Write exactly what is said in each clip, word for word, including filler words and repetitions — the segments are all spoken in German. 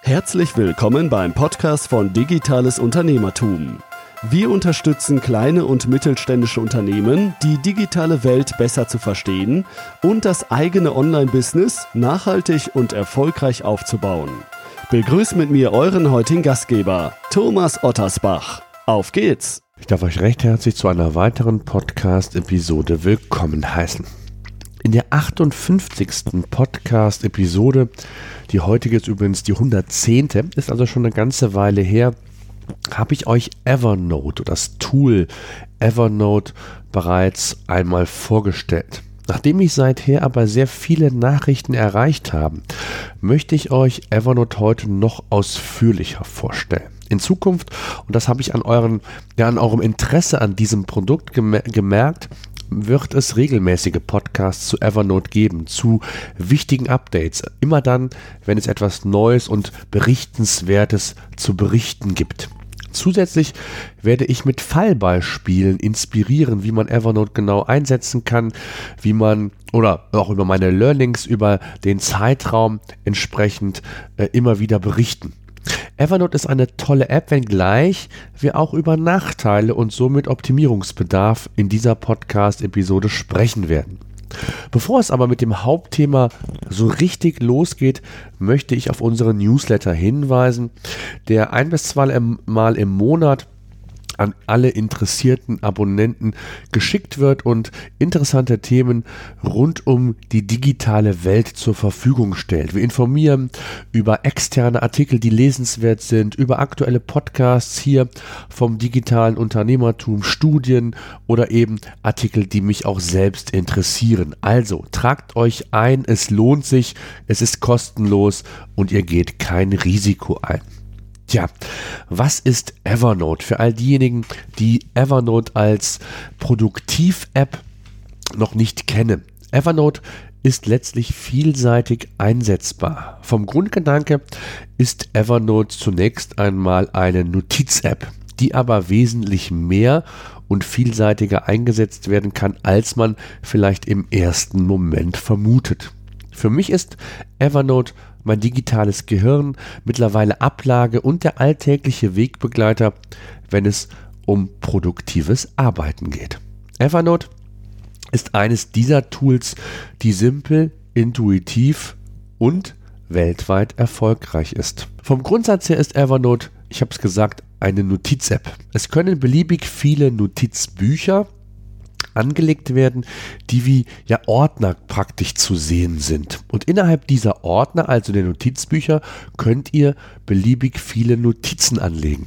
Herzlich willkommen beim Podcast von Digitales Unternehmertum. Wir unterstützen kleine und mittelständische Unternehmen, die digitale Welt besser zu verstehen und das eigene Online-Business nachhaltig und erfolgreich aufzubauen. Begrüßt mit mir euren heutigen Gastgeber, Thomas Ottersbach. Auf geht's! Ich darf euch recht herzlich zu einer weiteren Podcast-Episode willkommen heißen. In der achtundfünfzigsten Podcast-Episode, die heutige ist übrigens die hundertzehnte, ist also schon eine ganze Weile her, habe ich euch Evernote, das Tool Evernote, bereits einmal vorgestellt. Nachdem mich seither aber sehr viele Nachrichten erreicht haben, möchte ich euch Evernote heute noch ausführlicher vorstellen. In Zukunft, und das habe ich an, euren, ja, an eurem Interesse an diesem Produkt gem- gemerkt, wird es regelmäßige Podcasts zu Evernote geben, zu wichtigen Updates. Immer dann, wenn es etwas Neues und Berichtenswertes zu berichten gibt. Zusätzlich werde ich mit Fallbeispielen inspirieren, wie man Evernote genau einsetzen kann, wie man oder auch über meine Learnings über den Zeitraum entsprechend äh, immer wieder berichten. Evernote ist eine tolle App, wenngleich wir auch über Nachteile und somit Optimierungsbedarf in dieser Podcast-Episode sprechen werden. Bevor es aber mit dem Hauptthema so richtig losgeht, möchte ich auf unseren Newsletter hinweisen, der ein bis zweimal im Monat an alle interessierten Abonnenten geschickt wird und interessante Themen rund um die digitale Welt zur Verfügung stellt. Wir informieren über externe Artikel, die lesenswert sind, über aktuelle Podcasts hier vom digitalen Unternehmertum, Studien oder eben Artikel, die mich auch selbst interessieren. Also tragt euch ein, es lohnt sich, es ist kostenlos und ihr geht kein Risiko ein. Tja, was ist Evernote? Für all diejenigen, die Evernote als Produktiv-App noch nicht kennen. Evernote ist letztlich vielseitig einsetzbar. Vom Grundgedanke ist Evernote zunächst einmal eine Notiz-App, die aber wesentlich mehr und vielseitiger eingesetzt werden kann, als man vielleicht im ersten Moment vermutet. Für mich ist Evernote mein digitales Gehirn, mittlerweile Ablage und der alltägliche Wegbegleiter, wenn es um produktives Arbeiten geht. Evernote ist eines dieser Tools, die simpel, intuitiv und weltweit erfolgreich ist. Vom Grundsatz her ist Evernote, ich habe es gesagt, eine Notiz-App. Es können beliebig viele Notizbücher angelegt werden, die wie ja Ordner praktisch zu sehen sind. Und innerhalb dieser Ordner, also der Notizbücher, könnt ihr beliebig viele Notizen anlegen.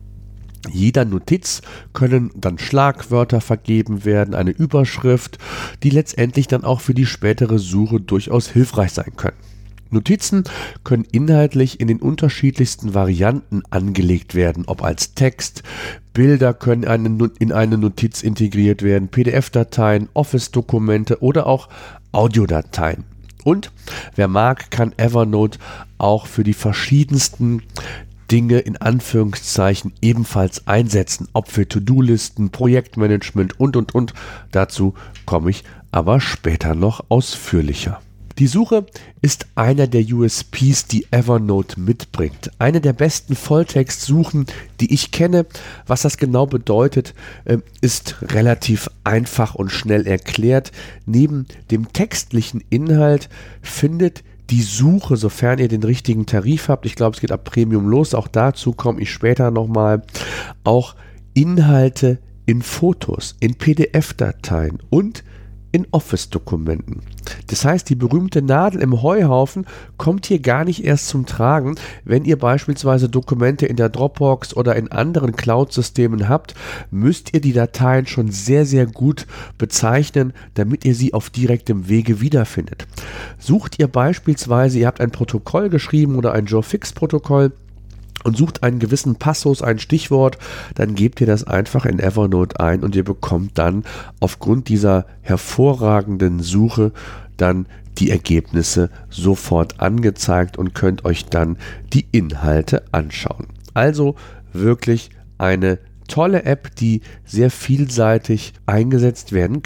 Jeder Notiz können dann Schlagwörter vergeben werden, eine Überschrift, die letztendlich dann auch für die spätere Suche durchaus hilfreich sein können. Notizen können inhaltlich in den unterschiedlichsten Varianten angelegt werden, ob als Text, Bilder können in eine Notiz integriert werden, P D F-Dateien, Office-Dokumente oder auch Audiodateien. Und wer mag, kann Evernote auch für die verschiedensten Dinge in Anführungszeichen ebenfalls einsetzen, ob für To-Do-Listen, Projektmanagement und und und. Dazu komme ich aber später noch ausführlicher. Die Suche ist einer der U S Ps, die Evernote mitbringt. Eine der besten Volltextsuchen, die ich kenne. Was das genau bedeutet, ist relativ einfach und schnell erklärt. Neben dem textlichen Inhalt findet die Suche, sofern ihr den richtigen Tarif habt, ich glaube, es geht ab Premium los, auch dazu komme ich später nochmal, auch Inhalte in Fotos, in P D F-Dateien und in Office-Dokumenten. Das heißt, die berühmte Nadel im Heuhaufen kommt hier gar nicht erst zum Tragen, wenn ihr beispielsweise Dokumente in der Dropbox oder in anderen Cloud-Systemen habt, müsst ihr die Dateien schon sehr, sehr gut bezeichnen, damit ihr sie auf direktem Wege wiederfindet. Sucht ihr beispielsweise, ihr habt ein Protokoll geschrieben oder ein Joe-Fix-Protokoll, und sucht einen gewissen Passus, ein Stichwort, dann gebt ihr das einfach in Evernote ein und ihr bekommt dann aufgrund dieser hervorragenden Suche dann die Ergebnisse sofort angezeigt und könnt euch dann die Inhalte anschauen. Also wirklich eine tolle App, die sehr vielseitig eingesetzt werden kann.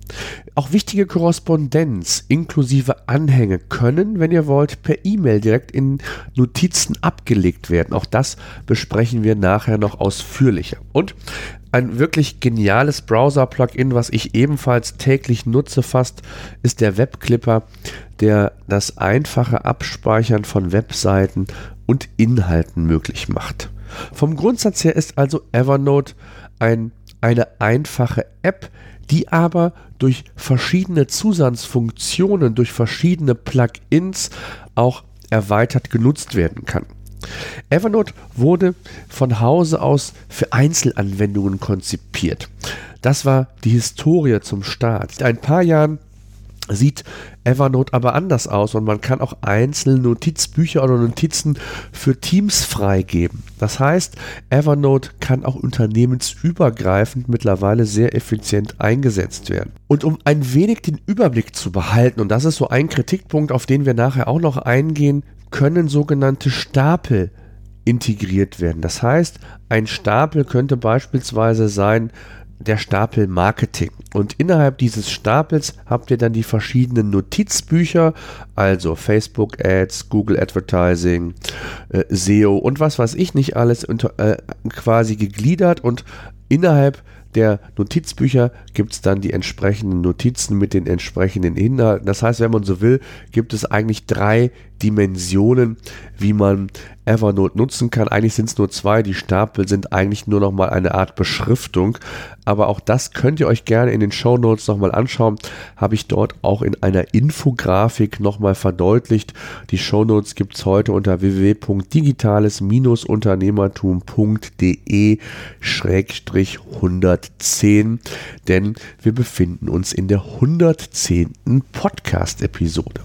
Auch wichtige Korrespondenz inklusive Anhänge können, wenn ihr wollt, per E-Mail direkt in Notizen abgelegt werden. Auch das besprechen wir nachher noch ausführlicher. Und ein wirklich geniales Browser-Plugin, was ich ebenfalls täglich nutze fast, ist der Webclipper, der das einfache Abspeichern von Webseiten und Inhalten möglich macht. Vom Grundsatz her ist also Evernote ein, eine einfache App, die aber durch verschiedene Zusatzfunktionen, durch verschiedene Plugins auch erweitert genutzt werden kann. Evernote wurde von Hause aus für Einzelanwendungen konzipiert. Das war die Historie zum Start. Seit ein paar Jahren sieht Evernote aber anders aus und man kann auch einzelne Notizbücher oder Notizen für Teams freigeben. Das heißt, Evernote kann auch unternehmensübergreifend mittlerweile sehr effizient eingesetzt werden. Und um ein wenig den Überblick zu behalten, und das ist so ein Kritikpunkt, auf den wir nachher auch noch eingehen, können sogenannte Stapel integriert werden. Das heißt, ein Stapel könnte beispielsweise sein, der Stapel Marketing. Und innerhalb dieses Stapels habt ihr dann die verschiedenen Notizbücher, also Facebook Ads, Google Advertising, äh, S E O und was weiß ich nicht alles unter, äh, quasi gegliedert, und innerhalb der Notizbücher gibt es dann die entsprechenden Notizen mit den entsprechenden Inhalten. Das heißt, wenn man so will, gibt es eigentlich drei Dimensionen, wie man Evernote nutzen kann. Eigentlich sind es nur zwei. Die Stapel sind eigentlich nur noch mal eine Art Beschriftung. Aber auch das könnt ihr euch gerne in den Shownotes noch mal anschauen. Habe ich dort auch in einer Infografik noch mal verdeutlicht. Die Shownotes gibt es heute unter w w w punkt digitales unternehmertum punkt d e schrägstrich hundertzehn, denn wir befinden uns in der hundertzehnten Podcast-Episode.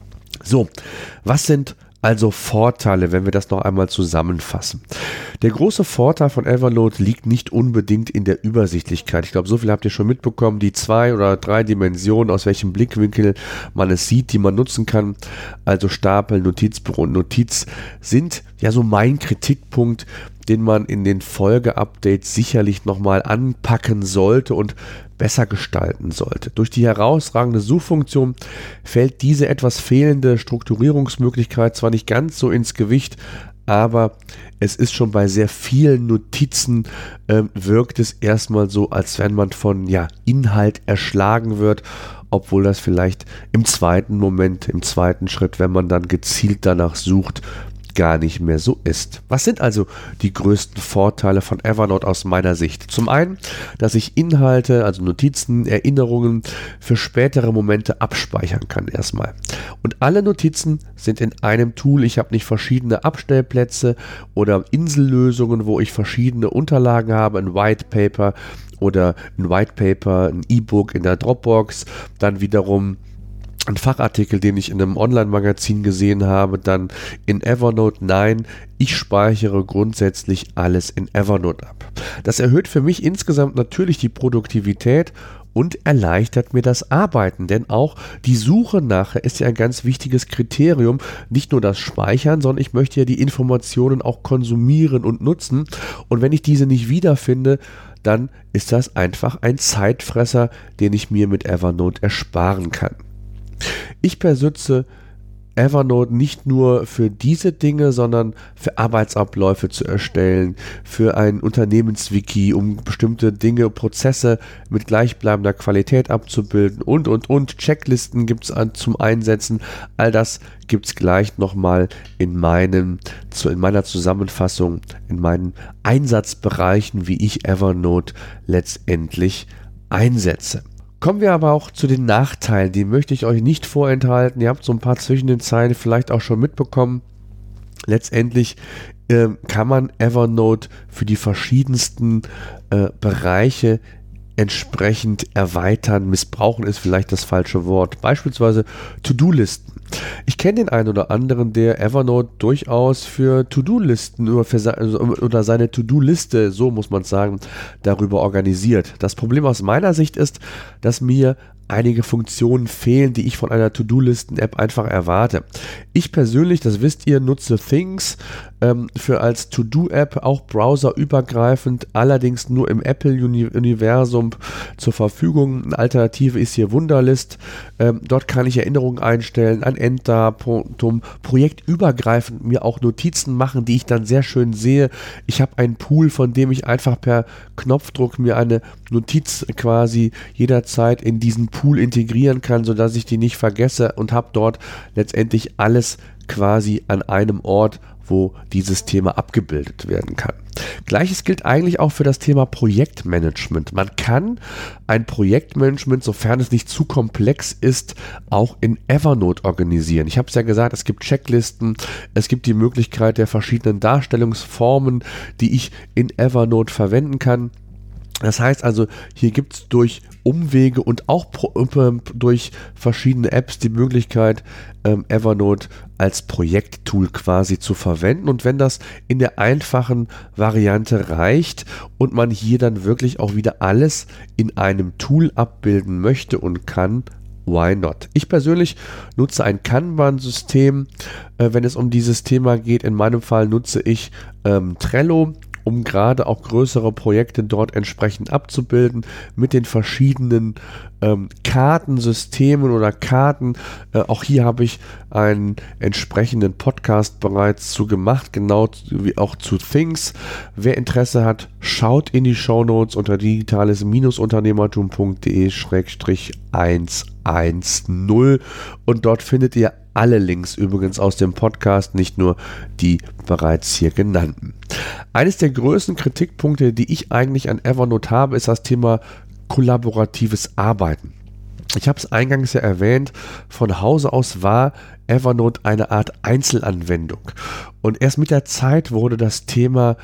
So, was sind also Vorteile, wenn wir das noch einmal zusammenfassen? Der große Vorteil von Evernote liegt nicht unbedingt in der Übersichtlichkeit. Ich glaube, so viel habt ihr schon mitbekommen. Die zwei oder drei Dimensionen, aus welchem Blickwinkel man es sieht, die man nutzen kann, also Stapel, Notizbuch und Notiz, sind ja so mein Kritikpunkt, den man in den Folge-Updates sicherlich nochmal anpacken sollte und besser gestalten sollte. Durch die herausragende Suchfunktion fällt diese etwas fehlende Strukturierungsmöglichkeit zwar nicht ganz so ins Gewicht, aber es ist schon bei sehr vielen Notizen, äh, wirkt es erstmal so, als wenn man von ja, Inhalt erschlagen wird, obwohl das vielleicht im zweiten Moment, im zweiten Schritt, wenn man dann gezielt danach sucht, gar nicht mehr so ist. Was sind also die größten Vorteile von Evernote aus meiner Sicht? Zum einen, dass ich Inhalte, also Notizen, Erinnerungen für spätere Momente abspeichern kann erstmal. Und alle Notizen sind in einem Tool. Ich habe nicht verschiedene Abstellplätze oder Insellösungen, wo ich verschiedene Unterlagen habe, ein White Paper oder ein White Paper, ein E-Book in der Dropbox, dann wiederum ein Fachartikel, den ich in einem Online-Magazin gesehen habe, dann in Evernote. Nein, ich speichere grundsätzlich alles in Evernote ab. Das erhöht für mich insgesamt natürlich die Produktivität und erleichtert mir das Arbeiten, denn auch die Suche nachher ist ja ein ganz wichtiges Kriterium. Nicht nur das Speichern, sondern ich möchte ja die Informationen auch konsumieren und nutzen, und wenn ich diese nicht wiederfinde, dann ist das einfach ein Zeitfresser, den ich mir mit Evernote ersparen kann. Ich persönlich Evernote nicht nur für diese Dinge, sondern für Arbeitsabläufe zu erstellen, für ein Unternehmenswiki, um bestimmte Dinge, Prozesse mit gleichbleibender Qualität abzubilden und, und, und. Checklisten gibt es zum Einsetzen. All das gibt es gleich nochmal in, meinen, in meiner Zusammenfassung, in meinen Einsatzbereichen, wie ich Evernote letztendlich einsetze. Kommen wir aber auch zu den Nachteilen, die möchte ich euch nicht vorenthalten. Ihr habt so ein paar zwischen den Zeilen vielleicht auch schon mitbekommen. Letztendlich äh, kann man Evernote für die verschiedensten äh, Bereiche entsprechend erweitern. Missbrauchen ist vielleicht das falsche Wort. Beispielsweise To-Do-Listen. Ich kenne den einen oder anderen, der Evernote durchaus für To-Do-Listen oder, für, oder seine To-Do-Liste, so muss man sagen, darüber organisiert. Das Problem aus meiner Sicht ist, dass mir einige Funktionen fehlen, die ich von einer To-Do-Listen-App einfach erwarte. Ich persönlich, das wisst ihr, nutze Things ähm, für als To-Do-App, auch browserübergreifend, allerdings nur im Apple-Universum zur Verfügung. Eine Alternative ist hier Wunderlist. Ähm, dort kann ich Erinnerungen einstellen, ein Enddatum, projektübergreifend mir auch Notizen machen, die ich dann sehr schön sehe. Ich habe einen Pool, von dem ich einfach per Knopfdruck mir eine Notiz quasi jederzeit in diesen Pool integrieren kann, sodass ich die nicht vergesse, und habe dort letztendlich alles quasi an einem Ort, wo dieses Thema abgebildet werden kann. Gleiches gilt eigentlich auch für das Thema Projektmanagement. Man kann ein Projektmanagement, sofern es nicht zu komplex ist, auch in Evernote organisieren. Ich habe es ja gesagt, es gibt Checklisten, es gibt die Möglichkeit der verschiedenen Darstellungsformen, die ich in Evernote verwenden kann. Das heißt also, hier gibt es durch Umwege und auch pro, äh, durch verschiedene Apps die Möglichkeit, ähm, Evernote als Projekttool quasi zu verwenden. Und wenn das in der einfachen Variante reicht und man hier dann wirklich auch wieder alles in einem Tool abbilden möchte und kann, why not? Ich persönlich nutze ein Kanban-System, äh, wenn es um dieses Thema geht. In meinem Fall nutze ich ähm, Trello, um gerade auch größere Projekte dort entsprechend abzubilden mit den verschiedenen ähm, Kartensystemen oder Karten. Äh, auch hier habe ich einen entsprechenden Podcast bereits zu gemacht, genau wie auch zu Things. Wer Interesse hat, schaut in die Shownotes unter digitales Unternehmertum punkt de Schrägstrich hundertzehn und dort findet ihr alle Links übrigens aus dem Podcast, nicht nur die bereits hier genannten. Eines der größten Kritikpunkte, die ich eigentlich an Evernote habe, ist das Thema kollaboratives Arbeiten. Ich habe es eingangs ja erwähnt, von Hause aus war Evernote eine Art Einzelanwendung. Und erst mit der Zeit wurde das Thema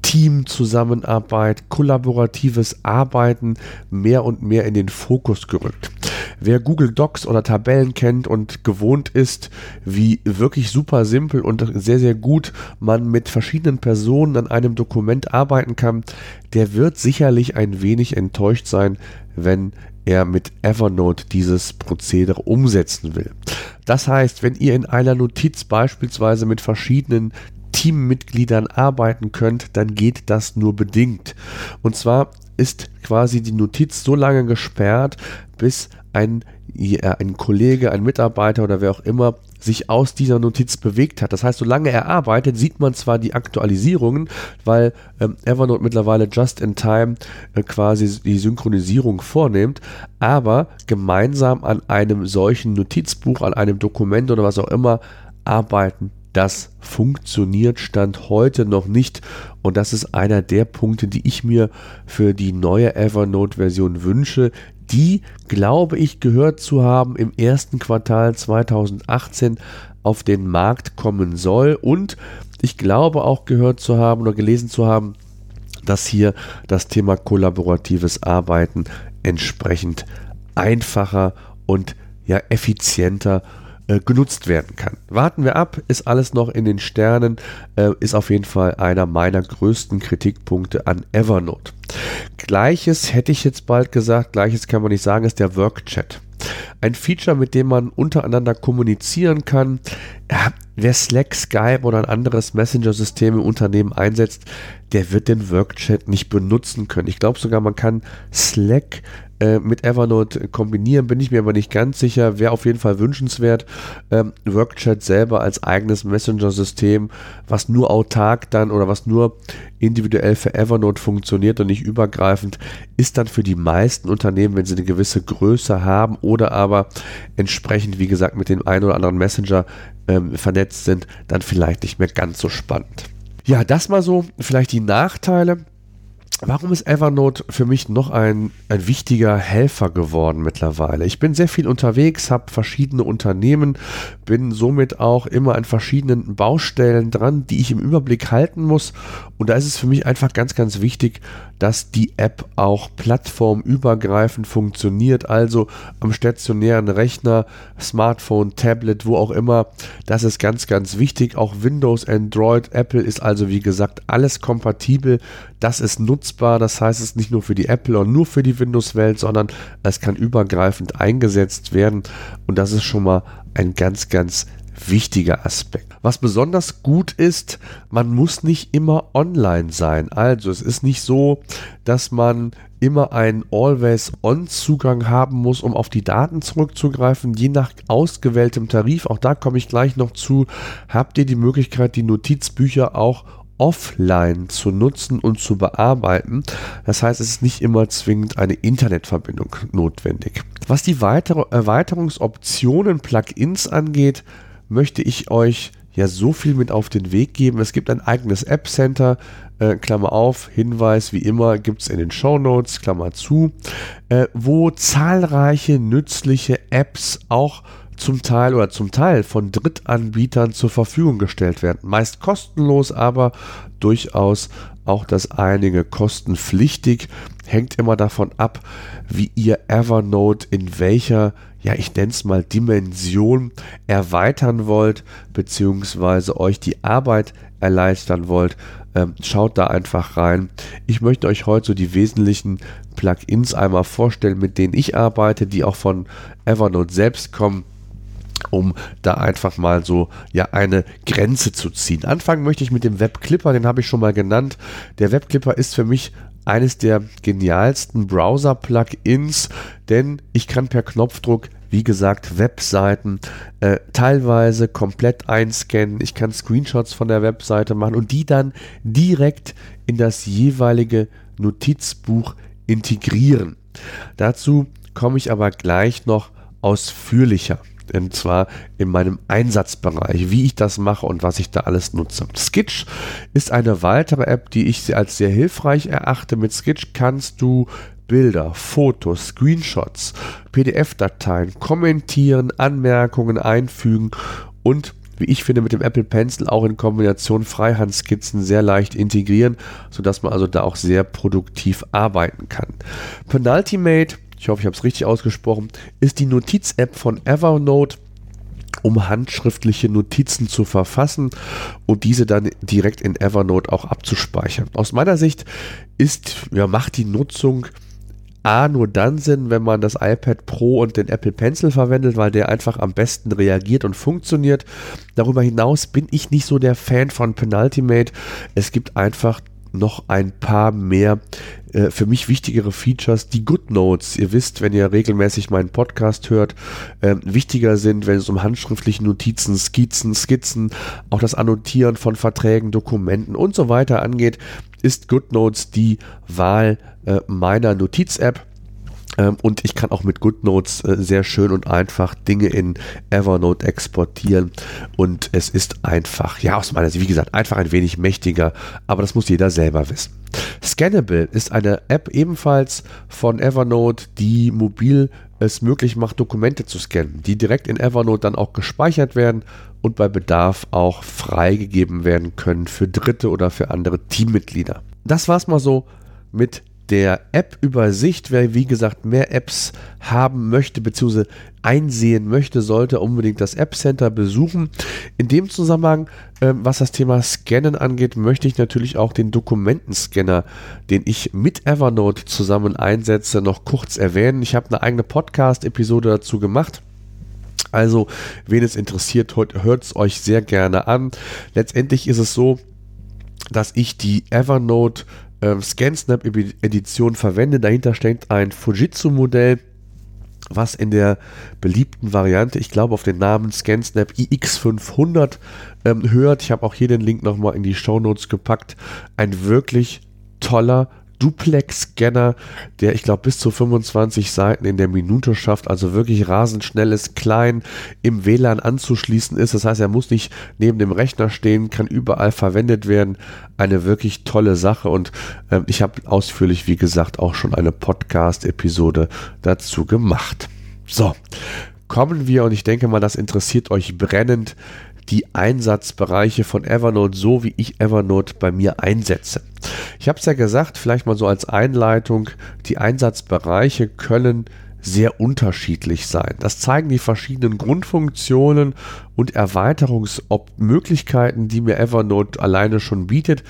Teamzusammenarbeit, kollaboratives Arbeiten mehr und mehr in den Fokus gerückt. Wer Google Docs oder Tabellen kennt und gewohnt ist, wie wirklich super simpel und sehr, sehr gut man mit verschiedenen Personen an einem Dokument arbeiten kann, der wird sicherlich ein wenig enttäuscht sein, wenn er mit Evernote dieses Prozedere umsetzen will. Das heißt, wenn ihr in einer Notiz beispielsweise mit verschiedenen Teammitgliedern arbeiten könnt, dann geht das nur bedingt. Und zwar ist quasi die Notiz so lange gesperrt, bis ein, ein Kollege, ein Mitarbeiter oder wer auch immer sich aus dieser Notiz bewegt hat. Das heißt, solange er arbeitet, sieht man zwar die Aktualisierungen, weil ähm, Evernote mittlerweile just in time äh, quasi die Synchronisierung vornimmt, aber gemeinsam an einem solchen Notizbuch, an einem Dokument oder was auch immer arbeiten, das funktioniert Stand heute noch nicht, und das ist einer der Punkte, die ich mir für die neue Evernote-Version wünsche, die, glaube ich, gehört zu haben, im ersten Quartal zweitausendachtzehn auf den Markt kommen soll, und ich glaube auch gehört zu haben oder gelesen zu haben, dass hier das Thema kollaboratives Arbeiten entsprechend einfacher und ja effizienter genutzt werden kann. Warten wir ab, ist alles noch in den Sternen, äh, ist auf jeden Fall einer meiner größten Kritikpunkte an Evernote. Gleiches hätte ich jetzt bald gesagt, gleiches kann man nicht sagen, ist der Workchat. Ein Feature, mit dem man untereinander kommunizieren kann. Ja, wer Slack, Skype oder ein anderes Messenger-System im Unternehmen einsetzt, der wird den Workchat nicht benutzen können. Ich glaube sogar, man kann Slack äh, mit Evernote kombinieren, bin ich mir aber nicht ganz sicher. Wäre auf jeden Fall wünschenswert. Ähm, Workchat selber als eigenes Messenger-System, was nur autark dann oder was nur individuell für Evernote funktioniert und nicht übergreifend, ist dann für die meisten Unternehmen, wenn sie eine gewisse Größe haben oder aber entsprechend, wie gesagt, mit dem einen oder anderen Messenger ähm, vernetzt sind, dann vielleicht nicht mehr ganz so spannend. Ja, das mal so, vielleicht die Nachteile. Warum ist Evernote für mich noch ein, ein wichtiger Helfer geworden mittlerweile? Ich bin sehr viel unterwegs, habe verschiedene Unternehmen, bin somit auch immer an verschiedenen Baustellen dran, die ich im Überblick halten muss. Und da ist es für mich einfach ganz, ganz wichtig, dass die App auch plattformübergreifend funktioniert, also am stationären Rechner, Smartphone, Tablet, wo auch immer. Das ist ganz, ganz wichtig. Auch Windows, Android, Apple ist also wie gesagt alles kompatibel. Das ist nutzbar nutzbar. Das heißt, es ist nicht nur für die Apple und nur für die Windows-Welt, sondern es kann übergreifend eingesetzt werden. Und das ist schon mal ein ganz, ganz wichtiger Aspekt. Was besonders gut ist, man muss nicht immer online sein. Also es ist nicht so, dass man immer einen Always-On-Zugang haben muss, um auf die Daten zurückzugreifen. Je nach ausgewähltem Tarif, auch da komme ich gleich noch zu, habt ihr die Möglichkeit, die Notizbücher auch offline zu nutzen und zu bearbeiten. Das heißt, es ist nicht immer zwingend eine Internetverbindung notwendig. Was die weitere Erweiterungsoptionen, Plugins angeht, möchte ich euch ja so viel mit auf den Weg geben. Es gibt ein eigenes App Center, äh, Klammer auf, Hinweis wie immer gibt es in den Shownotes, Klammer zu, äh, wo zahlreiche nützliche Apps auch zum Teil oder zum Teil von Drittanbietern zur Verfügung gestellt werden. Meist kostenlos, aber durchaus auch das einige kostenpflichtig. Hängt immer davon ab, wie ihr Evernote in welcher, ja ich nenne es mal Dimension erweitern wollt, beziehungsweise euch die Arbeit erleichtern wollt. Ähm, schaut da einfach rein. Ich möchte euch heute so die wesentlichen Plugins einmal vorstellen, mit denen ich arbeite, die auch von Evernote selbst kommen, um da einfach mal so ja eine Grenze zu ziehen. Anfangen möchte ich mit dem Webclipper, den habe ich schon mal genannt. Der Webclipper ist für mich eines der genialsten Browser-Plugins, denn ich kann per Knopfdruck, wie gesagt, Webseiten äh, teilweise komplett einscannen. Ich kann Screenshots von der Webseite machen und die dann direkt in das jeweilige Notizbuch integrieren. Dazu komme ich aber gleich noch ausführlicher. Und zwar in meinem Einsatzbereich, wie ich das mache und was ich da alles nutze. Skitch ist eine weitere App, die ich als sehr hilfreich erachte. Mit Skitch kannst du Bilder, Fotos, Screenshots, P D F-Dateien kommentieren, Anmerkungen einfügen und, wie ich finde, mit dem Apple Pencil auch in Kombination Freihandskizzen sehr leicht integrieren, sodass man also da auch sehr produktiv arbeiten kann. Penultimate, ich hoffe, ich habe es richtig ausgesprochen, ist die Notiz-App von Evernote, um handschriftliche Notizen zu verfassen und diese dann direkt in Evernote auch abzuspeichern. Aus meiner Sicht ist, ja, macht die Nutzung A nur dann Sinn, wenn man das iPad Pro und den Apple Pencil verwendet, weil der einfach am besten reagiert und funktioniert. Darüber hinaus bin ich nicht so der Fan von Penultimate. Es gibt einfach noch ein paar mehr äh, für mich wichtigere Features, die GoodNotes, ihr wisst, wenn ihr regelmäßig meinen Podcast hört, äh, wichtiger sind, wenn es um handschriftliche Notizen, Skizzen, Skizzen, auch das Annotieren von Verträgen, Dokumenten und so weiter angeht, ist GoodNotes die Wahl äh, meiner Notiz-App. Ähm, und ich kann auch mit GoodNotes äh, sehr schön und einfach Dinge in Evernote exportieren und es ist einfach, ja aus meiner Sicht, wie gesagt, einfach ein wenig mächtiger, aber das muss jeder selber wissen. Scannable ist eine App ebenfalls von Evernote, die mobil es möglich macht, Dokumente zu scannen, die direkt in Evernote dann auch gespeichert werden und bei Bedarf auch freigegeben werden können für Dritte oder für andere Teammitglieder. Das war's mal so mit der App-Übersicht. Wer, wie gesagt, mehr Apps haben möchte bzw. einsehen möchte, sollte unbedingt das App Center besuchen. In dem Zusammenhang, äh, was das Thema Scannen angeht, möchte ich natürlich auch den Dokumentenscanner, den ich mit Evernote zusammen einsetze, noch kurz erwähnen. Ich habe eine eigene Podcast-Episode dazu gemacht. Also, wen es interessiert, hört es euch sehr gerne an. Letztendlich ist es so, dass ich die Evernote ähm, ScanSnap-Edition verwende. Dahinter steckt ein Fujitsu-Modell, was in der beliebten Variante, ich glaube auf den Namen ScanSnap I X fünfhundert ähm, hört. Ich habe auch hier den Link nochmal in die Shownotes gepackt. Ein wirklich toller Duplex-Scanner, der, ich glaube, bis zu fünfundzwanzig Seiten in der Minute schafft, also wirklich rasend schnell ist, klein, im W L A N anzuschließen ist. Das heißt, er muss nicht neben dem Rechner stehen, kann überall verwendet werden. Eine wirklich tolle Sache und äh, ich habe ausführlich, wie gesagt, auch schon eine Podcast-Episode dazu gemacht. So, kommen wir, und ich denke mal, das interessiert euch brennend, die Einsatzbereiche von Evernote, so wie ich Evernote bei mir einsetze. Ich habe es ja gesagt, vielleicht mal so als Einleitung, die Einsatzbereiche können sehr unterschiedlich sein. Das zeigen die verschiedenen Grundfunktionen und Erweiterungsmöglichkeiten, die mir Evernote alleine schon bietet.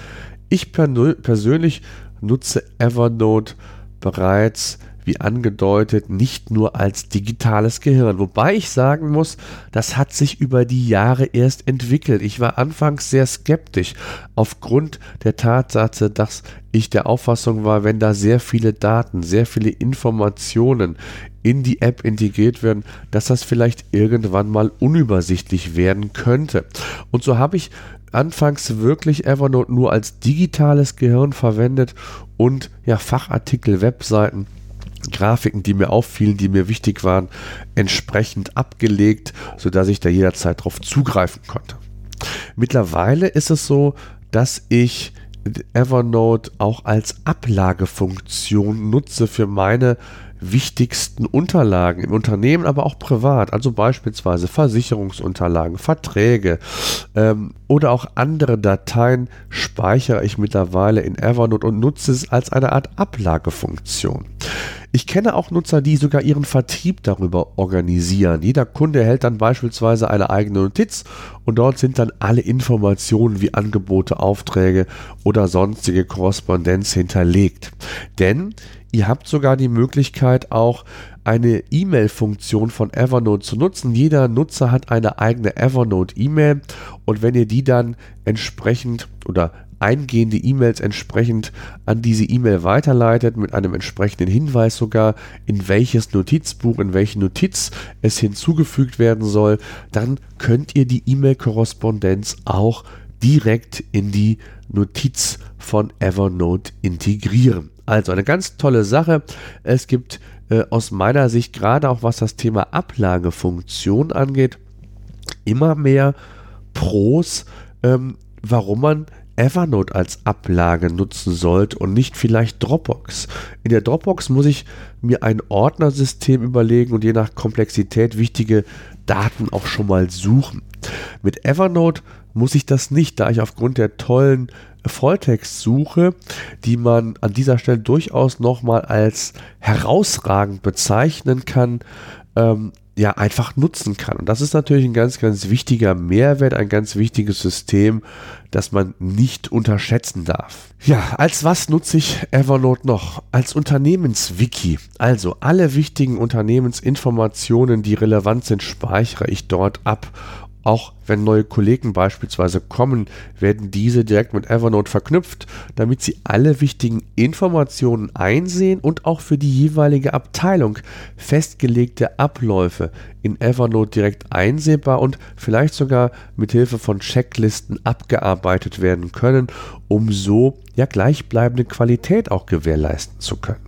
Ich persönlich nutze Evernote bereits, wie angedeutet, nicht nur als digitales Gehirn. Wobei ich sagen muss, das hat sich über die Jahre erst entwickelt. Ich war anfangs sehr skeptisch aufgrund der Tatsache, dass ich der Auffassung war, wenn da sehr viele Daten, sehr viele Informationen in die App integriert werden, dass das vielleicht irgendwann mal unübersichtlich werden könnte. Und so habe ich anfangs wirklich Evernote nur als digitales Gehirn verwendet und ja, Fachartikel, Webseiten, Grafiken, die mir auffielen, die mir wichtig waren, entsprechend abgelegt, sodass ich da jederzeit drauf zugreifen konnte. Mittlerweile ist es so, dass ich Evernote auch als Ablagefunktion nutze für meine wichtigsten Unterlagen im Unternehmen, aber auch privat, also beispielsweise Versicherungsunterlagen, Verträge ähm, oder auch andere Dateien speichere ich mittlerweile in Evernote und nutze es als eine Art Ablagefunktion. Ich kenne auch Nutzer, die sogar ihren Vertrieb darüber organisieren. Jeder Kunde erhält dann beispielsweise eine eigene Notiz und dort sind dann alle Informationen wie Angebote, Aufträge oder sonstige Korrespondenz hinterlegt. Denn ihr habt sogar die Möglichkeit, auch eine E-Mail-Funktion von Evernote zu nutzen. Jeder Nutzer hat eine eigene Evernote-E-Mail und wenn ihr die dann entsprechend oder eingehende E-Mails entsprechend an diese E-Mail weiterleitet, mit einem entsprechenden Hinweis sogar, in welches Notizbuch, in welche Notiz es hinzugefügt werden soll, dann könnt ihr die E-Mail-Korrespondenz auch direkt in die Notiz von Evernote integrieren. Also eine ganz tolle Sache. Es gibt äh, aus meiner Sicht, gerade auch was das Thema Ablagefunktion angeht, immer mehr Pros, ähm, warum man Evernote als Ablage nutzen sollte und nicht vielleicht Dropbox. In der Dropbox muss ich mir ein Ordnersystem überlegen und je nach Komplexität wichtige Daten auch schon mal suchen. Mit Evernote muss ich das nicht, da ich aufgrund der tollen Volltextsuche, die man an dieser Stelle durchaus nochmal als herausragend bezeichnen kann, ähm, ja, einfach nutzen kann. Und das ist natürlich ein ganz, ganz wichtiger Mehrwert, ein ganz wichtiges System, das man nicht unterschätzen darf. Ja, als was nutze ich Evernote noch? Als Unternehmenswiki. Also alle wichtigen Unternehmensinformationen, die relevant sind, speichere ich dort ab. Auch wenn neue Kollegen beispielsweise kommen, werden diese direkt mit Evernote verknüpft, damit sie alle wichtigen Informationen einsehen und auch für die jeweilige Abteilung festgelegte Abläufe in Evernote direkt einsehbar und vielleicht sogar mit Hilfe von Checklisten abgearbeitet werden können, um so ja gleichbleibende Qualität auch gewährleisten zu können.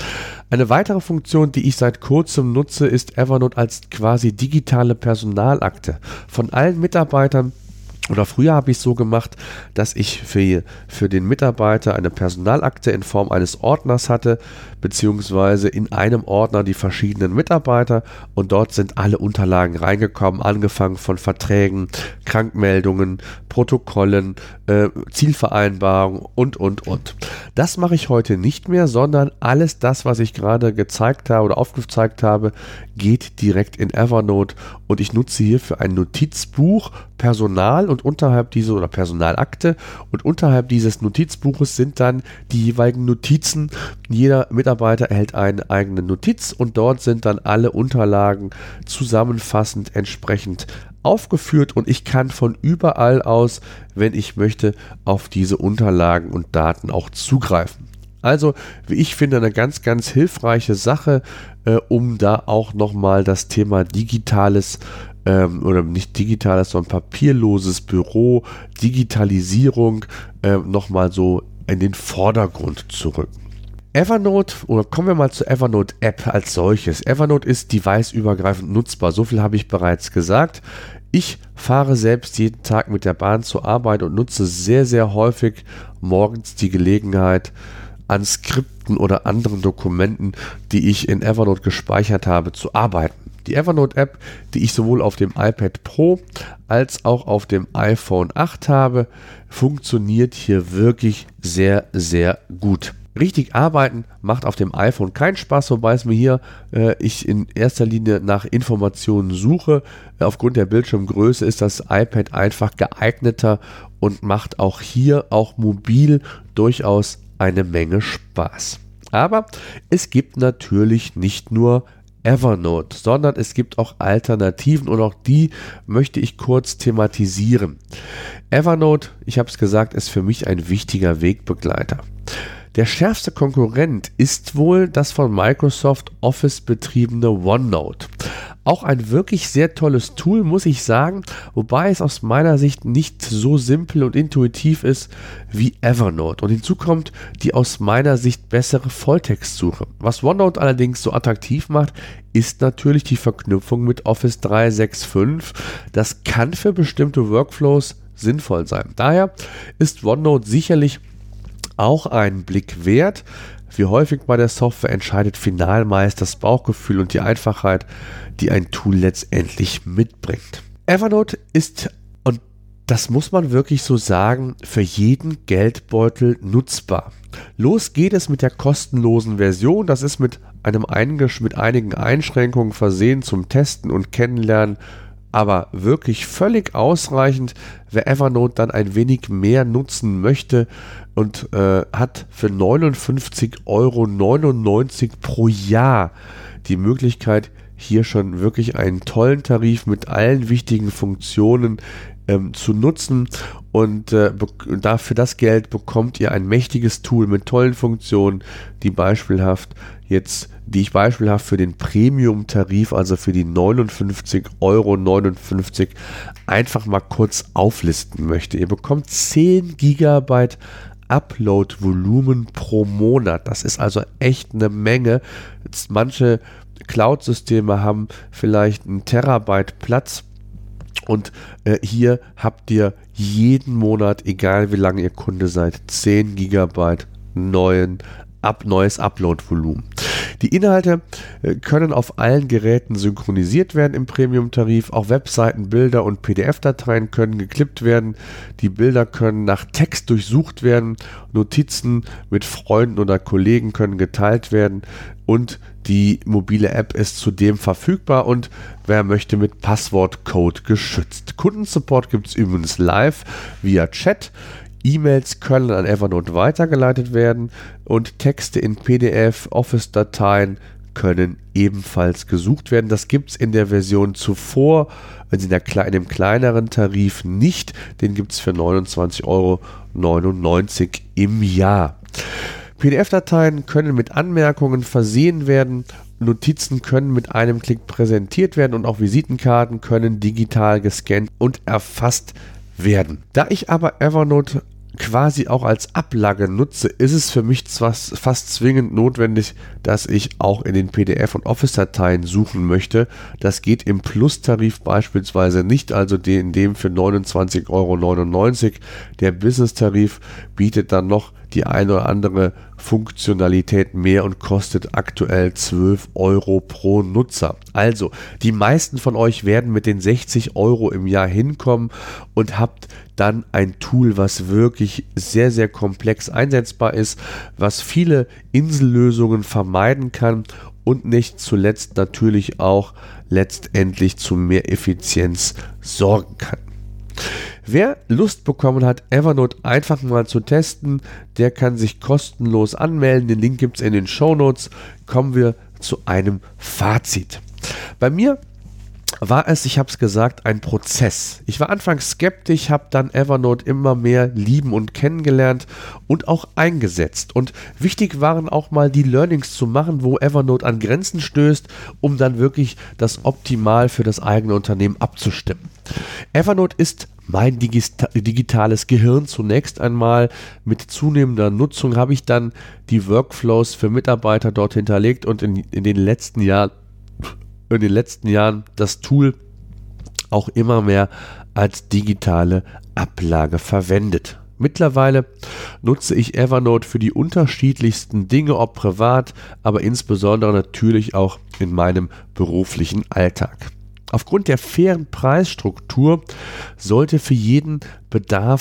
Eine weitere Funktion, die ich seit kurzem nutze, ist Evernote als quasi digitale Personalakte. Von allen Mitarbeitern, oder früher habe ich es so gemacht, dass ich für, für den Mitarbeiter eine Personalakte in Form eines Ordners hatte, beziehungsweise in einem Ordner die verschiedenen Mitarbeiter und dort sind alle Unterlagen reingekommen, angefangen von Verträgen, Krankmeldungen, Protokollen, äh, Zielvereinbarungen und, und, und. Das mache ich heute nicht mehr, sondern alles das, was ich gerade gezeigt habe oder aufgezeigt habe, geht direkt in Evernote und ich nutze hierfür ein Notizbuch, Personal und unterhalb dieser oder Personalakte und unterhalb dieses Notizbuches sind dann die jeweiligen Notizen. Jeder Mitarbeiter erhält eine eigene Notiz und dort sind dann alle Unterlagen zusammenfassend entsprechend aufgeführt und ich kann von überall aus, wenn ich möchte, auf diese Unterlagen und Daten auch zugreifen. Also, wie ich finde, eine ganz, ganz hilfreiche Sache, äh, um da auch nochmal das Thema digitales ähm, oder nicht digitales, sondern papierloses Büro, Digitalisierung äh, nochmal so in den Vordergrund zu rücken. Evernote, oder kommen wir mal zur Evernote-App als solches. Evernote ist deviceübergreifend nutzbar, so viel habe ich bereits gesagt. Ich fahre selbst jeden Tag mit der Bahn zur Arbeit und nutze sehr, sehr häufig morgens die Gelegenheit, an Skripten oder anderen Dokumenten, die ich in Evernote gespeichert habe, zu arbeiten. Die Evernote-App, die ich sowohl auf dem iPad Pro als auch auf dem iPhone acht habe, funktioniert hier wirklich sehr, sehr gut. Richtig arbeiten macht auf dem iPhone keinen Spaß, wobei es mir hier äh, ich in erster Linie nach Informationen suche. Aufgrund der Bildschirmgröße ist das iPad einfach geeigneter und macht auch hier, auch mobil, durchaus eine Menge Spaß. Aber es gibt natürlich nicht nur Evernote, sondern es gibt auch Alternativen und auch die möchte ich kurz thematisieren. Evernote, ich habe es gesagt, ist für mich ein wichtiger Wegbegleiter. Der schärfste Konkurrent ist wohl das von Microsoft Office betriebene OneNote. Auch ein wirklich sehr tolles Tool, muss ich sagen, wobei es aus meiner Sicht nicht so simpel und intuitiv ist wie Evernote. Und hinzu kommt die aus meiner Sicht bessere Volltextsuche. Was OneNote allerdings so attraktiv macht, ist natürlich die Verknüpfung mit Office dreihundertfünfundsechzig. Das kann für bestimmte Workflows sinnvoll sein. Daher ist OneNote sicherlich auch einen Blick wert. Wie häufig bei der Software entscheidet final meist das Bauchgefühl und die Einfachheit, die ein Tool letztendlich mitbringt. Evernote ist, und das muss man wirklich so sagen, für jeden Geldbeutel nutzbar. Los geht es mit der kostenlosen Version. Das ist mit, einem Eingesch- mit einigen Einschränkungen versehen zum Testen und Kennenlernen, aber wirklich völlig ausreichend. Wer Evernote dann ein wenig mehr nutzen möchte und äh, hat für neunundfünfzig Euro neunundneunzig pro Jahr die Möglichkeit, hier schon wirklich einen tollen Tarif mit allen wichtigen Funktionen ähm, zu nutzen. Und äh, be- für das Geld bekommt ihr ein mächtiges Tool mit tollen Funktionen, die beispielhaft jetzt, die ich beispielhaft für den Premium-Tarif, also für die neunundfünfzig Euro neunundfünfzig, einfach mal kurz auflisten möchte. Ihr bekommt zehn Gigabyte Upload-Volumen pro Monat. Das ist also echt eine Menge. Jetzt manche Cloud-Systeme haben vielleicht einen Terabyte Platz. Und äh, hier habt ihr jeden Monat, egal wie lange ihr Kunde seid, zehn Gigabyte neuen, ab, neues Upload-Volumen. Die Inhalte äh, können auf allen Geräten synchronisiert werden im Premium-Tarif. Auch Webseiten, Bilder und P D F-Dateien können geklippt werden. Die Bilder können nach Text durchsucht werden. Notizen mit Freunden oder Kollegen können geteilt werden. Und die mobile App ist zudem verfügbar und wer möchte, mit Passwortcode geschützt. Kundensupport gibt es übrigens live via Chat. E-Mails können an Evernote weitergeleitet werden und Texte in P D F, Office-Dateien können ebenfalls gesucht werden. Das gibt es in der Version zuvor, also in, der, in dem kleineren Tarif nicht. Den gibt es für neunundzwanzig Euro neunundneunzig im Jahr. P D F-Dateien können mit Anmerkungen versehen werden, Notizen können mit einem Klick präsentiert werden und auch Visitenkarten können digital gescannt und erfasst werden. Da ich aber Evernote quasi auch als Ablage nutze, ist es für mich fast, fast zwingend notwendig, dass ich auch in den P D F- und Office-Dateien suchen möchte. Das geht im Plus-Tarif beispielsweise nicht, also in dem für neunundzwanzig Euro neunundneunzig. Der Business-Tarif bietet dann noch die eine oder andere Funktionalität mehr und kostet aktuell zwölf Euro pro Nutzer. Also, die meisten von euch werden mit den sechzig Euro im Jahr hinkommen und habt dann ein Tool, was wirklich sehr, sehr komplex einsetzbar ist, was viele Insellösungen vermeiden kann und nicht zuletzt natürlich auch letztendlich zu mehr Effizienz sorgen kann. Wer Lust bekommen hat, Evernote einfach mal zu testen, der kann sich kostenlos anmelden. Den Link gibt es in den Shownotes. Kommen wir zu einem Fazit. Bei mir war es, ich habe es gesagt, ein Prozess. Ich war anfangs skeptisch, habe dann Evernote immer mehr lieben und kennengelernt und auch eingesetzt. Und wichtig waren auch mal die Learnings zu machen, wo Evernote an Grenzen stößt, um dann wirklich das optimal für das eigene Unternehmen abzustimmen. Evernote ist mein digitales Gehirn zunächst einmal. Mit zunehmender Nutzung habe ich dann die Workflows für Mitarbeiter dort hinterlegt und in, in den letzten Jahren in den letzten Jahren das Tool auch immer mehr als digitale Ablage verwendet. Mittlerweile nutze ich Evernote für die unterschiedlichsten Dinge, ob privat, aber insbesondere natürlich auch in meinem beruflichen Alltag. Aufgrund der fairen Preisstruktur sollte für jeden Bedarf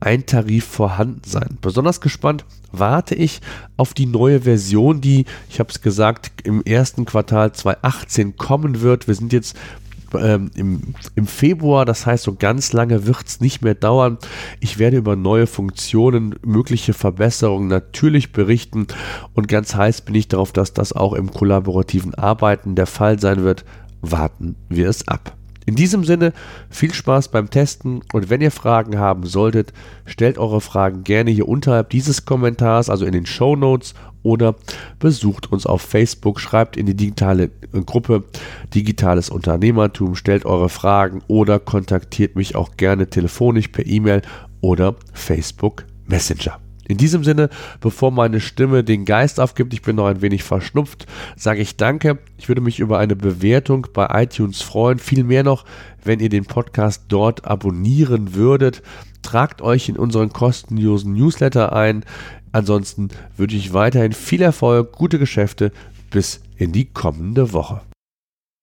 ein Tarif vorhanden sein. Besonders gespannt warte ich auf die neue Version, die, ich habe es gesagt, im ersten Quartal zwanzig achtzehn kommen wird. Wir sind jetzt ähm, im, im Februar, das heißt, so ganz lange wird es nicht mehr dauern. Ich werde über neue Funktionen, mögliche Verbesserungen natürlich berichten und ganz heiß bin ich darauf, dass das auch im kollaborativen Arbeiten der Fall sein wird. Warten wir es ab. In diesem Sinne, viel Spaß beim Testen und wenn ihr Fragen haben solltet, stellt eure Fragen gerne hier unterhalb dieses Kommentars, also in den Shownotes, oder besucht uns auf Facebook, schreibt in die digitale Gruppe Digitales Unternehmertum, stellt eure Fragen oder kontaktiert mich auch gerne telefonisch per E-Mail oder Facebook Messenger. In diesem Sinne, bevor meine Stimme den Geist aufgibt, ich bin noch ein wenig verschnupft, sage ich danke. Ich würde mich über eine Bewertung bei iTunes freuen. Viel mehr noch, wenn ihr den Podcast dort abonnieren würdet. Tragt euch in unseren kostenlosen Newsletter ein. Ansonsten wünsche ich weiterhin viel Erfolg, gute Geschäfte bis in die kommende Woche.